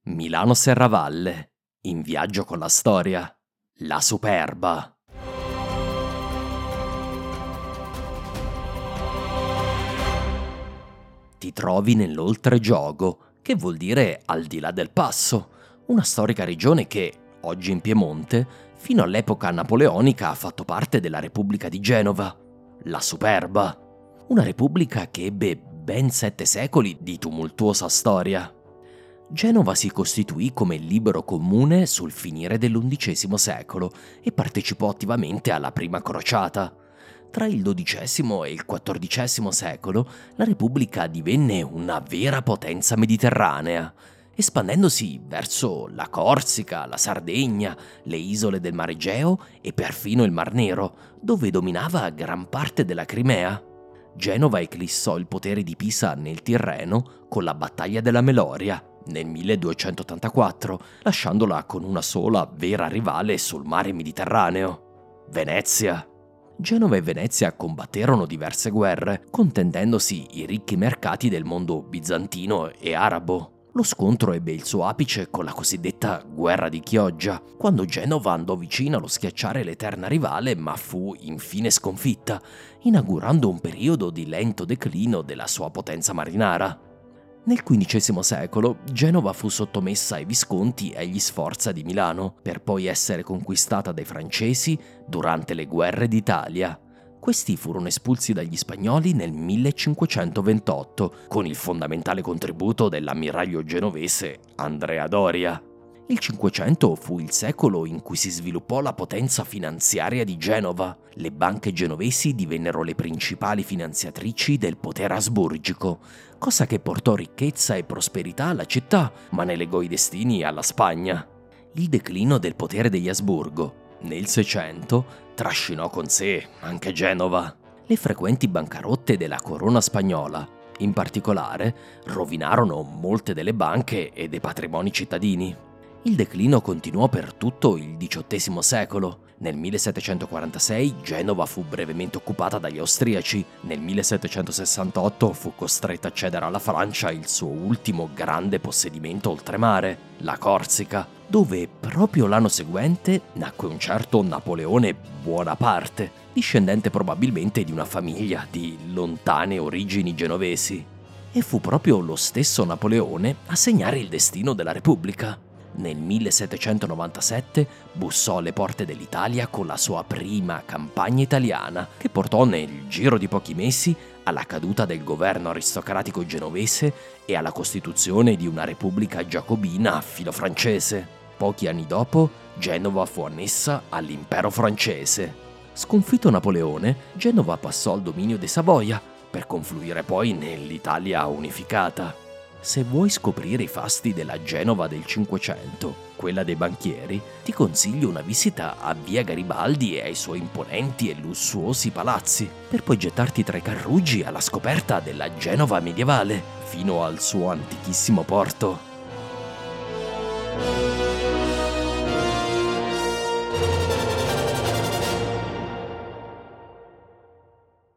Milano Serravalle, in viaggio con la storia, la Superba. Ti trovi nell'oltregiogo, che vuol dire al di là del passo, una storica regione che, oggi in Piemonte, fino all'epoca napoleonica ha fatto parte della Repubblica di Genova, la Superba. Una repubblica che ebbe ben 7 secoli di tumultuosa storia. Genova si costituì come libero comune sul finire dell'XI secolo e partecipò attivamente alla prima crociata. Tra il XII e il XIV secolo la Repubblica divenne una vera potenza mediterranea, espandendosi verso la Corsica, la Sardegna, le isole del Mar Egeo e perfino il Mar Nero, dove dominava gran parte della Crimea. Genova eclissò il potere di Pisa nel Tirreno con la battaglia della Meloria nel 1284, lasciandola con una sola vera rivale sul mare Mediterraneo: Venezia. Genova e Venezia combatterono diverse guerre, contendendosi i ricchi mercati del mondo bizantino e arabo. Lo scontro ebbe il suo apice con la cosiddetta Guerra di Chioggia, quando Genova andò vicino allo schiacciare l'eterna rivale, ma fu infine sconfitta, inaugurando un periodo di lento declino della sua potenza marinara. Nel XV secolo Genova fu sottomessa ai Visconti e agli Sforza di Milano, per poi essere conquistata dai francesi durante le guerre d'Italia. Questi furono espulsi dagli spagnoli nel 1528, con il fondamentale contributo dell'ammiraglio genovese Andrea Doria. Il Cinquecento fu il secolo in cui si sviluppò la potenza finanziaria di Genova. Le banche genovesi divennero le principali finanziatrici del potere asburgico, cosa che portò ricchezza e prosperità alla città, ma ne legò i destini alla Spagna. Il declino del potere degli Asburgo nel Seicento trascinò con sé anche Genova. Le frequenti bancarotte della corona spagnola, in particolare, rovinarono molte delle banche e dei patrimoni cittadini. Il declino continuò per tutto il XVIII secolo. Nel 1746 Genova fu brevemente occupata dagli austriaci. Nel 1768 fu costretta a cedere alla Francia il suo ultimo grande possedimento oltremare, la Corsica, dove proprio l'anno seguente nacque un certo Napoleone Buonaparte, discendente probabilmente di una famiglia di lontane origini genovesi. E fu proprio lo stesso Napoleone a segnare il destino della Repubblica. Nel 1797 bussò alle porte dell'Italia con la sua prima campagna italiana, che portò nel giro di pochi mesi alla caduta del governo aristocratico genovese e alla costituzione di una repubblica giacobina filo-francese. Pochi anni dopo, Genova fu annessa all'impero francese. Sconfitto Napoleone, Genova passò al dominio dei Savoia, per confluire poi nell'Italia unificata. Se vuoi scoprire i fasti della Genova del Cinquecento, quella dei banchieri, ti consiglio una visita a Via Garibaldi e ai suoi imponenti e lussuosi palazzi, per poi gettarti tra i carruggi alla scoperta della Genova medievale, fino al suo antichissimo porto.